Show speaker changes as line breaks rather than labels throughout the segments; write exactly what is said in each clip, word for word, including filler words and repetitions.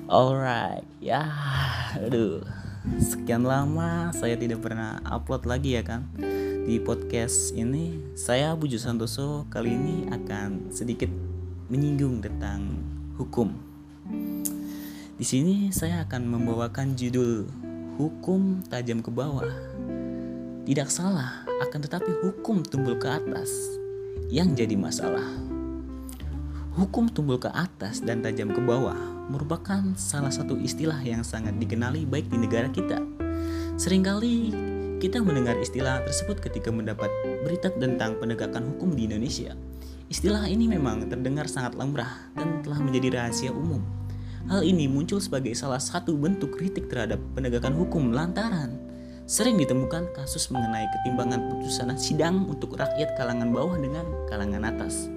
Alright, ya, aduh, sekian lama saya tidak pernah upload lagi ya kan. Di podcast ini saya Buju Santoso kali ini akan sedikit menyinggung tentang hukum. Di sini saya akan membawakan judul Hukum Tajam ke Bawah. Tidak salah, akan tetapi hukum tumbul ke atas yang jadi masalah. Hukum tumbul ke atas dan tajam ke bawah merupakan salah satu istilah yang sangat dikenali baik di negara kita. Seringkali kita mendengar istilah tersebut ketika mendapat berita tentang penegakan hukum di Indonesia. Istilah ini memang terdengar sangat lamrah dan telah menjadi rahasia umum. Hal ini muncul sebagai salah satu bentuk kritik terhadap penegakan hukum lantaran sering ditemukan kasus mengenai ketimbangan putusan sidang untuk rakyat kalangan bawah dengan kalangan atas.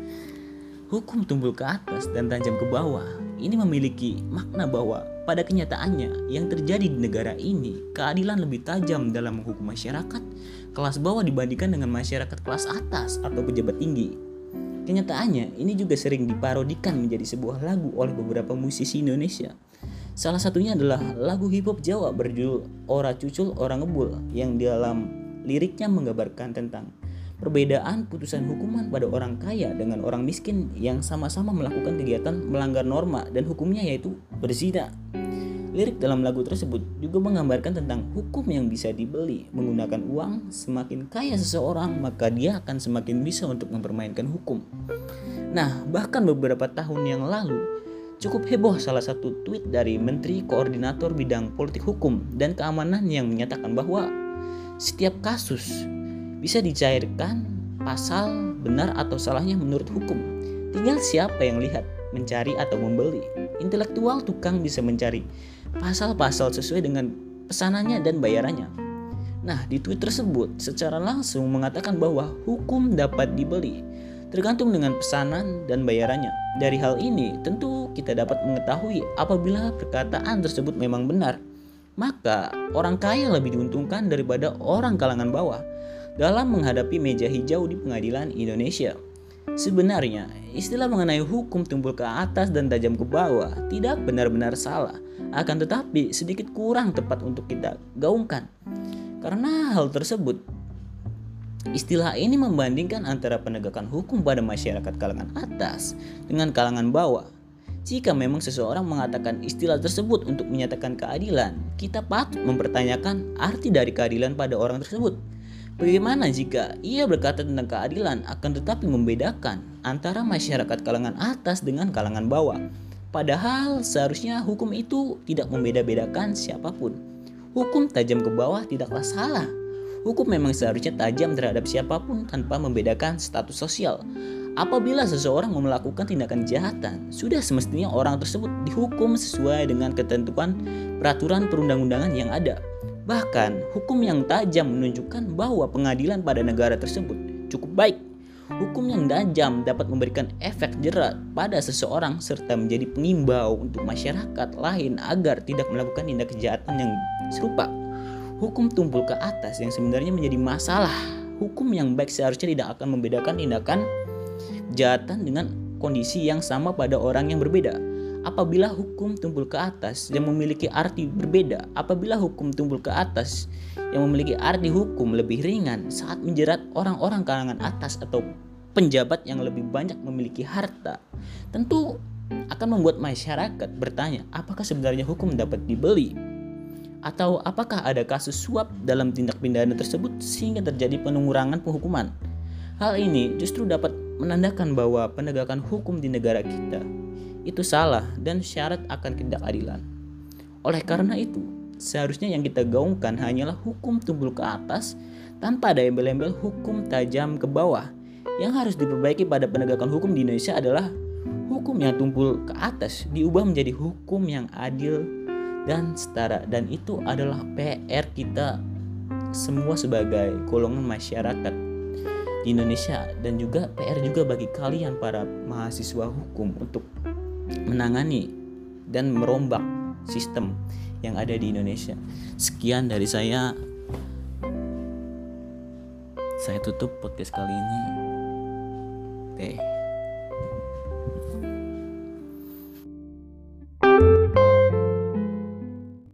Hukum tumbul ke atas dan tajam ke bawah ini memiliki makna bahwa pada kenyataannya yang terjadi di negara ini keadilan lebih tajam dalam menghukum masyarakat kelas bawah dibandingkan dengan masyarakat kelas atas atau pejabat tinggi. Kenyataannya ini juga sering diparodikan menjadi sebuah lagu oleh beberapa musisi Indonesia. Salah satunya adalah lagu hip hop Jawa berjudul Ora Cucul Ora Ngebul yang di dalam liriknya menggambarkan tentang perbedaan putusan hukuman pada orang kaya dengan orang miskin yang sama-sama melakukan kegiatan melanggar norma dan hukumnya yaitu berzina. Lirik dalam lagu tersebut juga menggambarkan tentang hukum yang bisa dibeli menggunakan uang. Semakin kaya seseorang maka dia akan semakin bisa untuk mempermainkan hukum. Nah, bahkan beberapa tahun yang lalu cukup heboh salah satu tweet dari Menteri Koordinator Bidang Politik Hukum dan Keamanan yang menyatakan bahwa setiap kasus bisa dicairkan pasal benar atau salahnya menurut hukum. Tinggal siapa yang lihat, mencari atau membeli. Intelektual tukang bisa mencari pasal-pasal sesuai dengan pesanannya dan bayarannya. Nah, di tweet tersebut secara langsung mengatakan bahwa hukum dapat dibeli tergantung dengan pesanan dan bayarannya. Dari hal ini tentu kita dapat mengetahui apabila perkataan tersebut memang benar, maka orang kaya lebih diuntungkan daripada orang kalangan bawah dalam menghadapi meja hijau di pengadilan Indonesia. Sebenarnya, istilah mengenai hukum tumbul ke atas dan tajam ke bawah tidak benar-benar salah, akan tetapi sedikit kurang tepat untuk kita gaungkan. Karena hal tersebut, istilah ini membandingkan antara penegakan hukum pada masyarakat kalangan atas dengan kalangan bawah. Jika memang seseorang mengatakan istilah tersebut untuk menyatakan keadilan, kita patut mempertanyakan arti dari keadilan pada orang tersebut. Bagaimana jika ia berkata tentang keadilan akan tetapi membedakan antara masyarakat kalangan atas dengan kalangan bawah? Padahal seharusnya hukum itu tidak membeda-bedakan siapapun. Hukum tajam ke bawah tidaklah salah. Hukum memang seharusnya tajam terhadap siapapun tanpa membedakan status sosial. Apabila seseorang melakukan tindakan kejahatan, sudah semestinya orang tersebut dihukum sesuai dengan ketentuan peraturan perundang-undangan yang ada. Bahkan, hukum yang tajam menunjukkan bahwa pengadilan pada negara tersebut cukup baik. Hukum yang tajam dapat memberikan efek jerat pada seseorang serta menjadi pengimbau untuk masyarakat lain agar tidak melakukan tindak kejahatan yang serupa. Hukum tumbul ke atas yang sebenarnya menjadi masalah. Hukum yang baik seharusnya tidak akan membedakan tindakan kejahatan dengan kondisi yang sama pada orang yang berbeda. Apabila hukum tumbul ke atas yang memiliki arti berbeda, apabila hukum tumbul ke atas yang memiliki arti hukum lebih ringan saat menjerat orang-orang kalangan atas atau penjabat yang lebih banyak memiliki harta, tentu akan membuat masyarakat bertanya, apakah sebenarnya hukum dapat dibeli? Atau apakah ada kasus suap dalam tindak pidana tersebut sehingga terjadi pengurangan penghukuman? Hal ini justru dapat menandakan bahwa penegakan hukum di negara kita itu salah dan syarat akan ketidakadilan. Oleh karena itu, seharusnya yang kita gaungkan hanyalah hukum tumbul ke atas tanpa ada embel-embel hukum tajam ke bawah. Yang harus diperbaiki pada penegakan hukum di Indonesia adalah hukum yang tumbul ke atas diubah menjadi hukum yang adil dan setara, dan itu adalah P R kita semua sebagai golongan masyarakat di Indonesia dan juga P R juga bagi kalian para mahasiswa hukum untuk menangani dan merombak sistem yang ada di Indonesia. Sekian dari saya. Saya tutup podcast kali ini. Oke.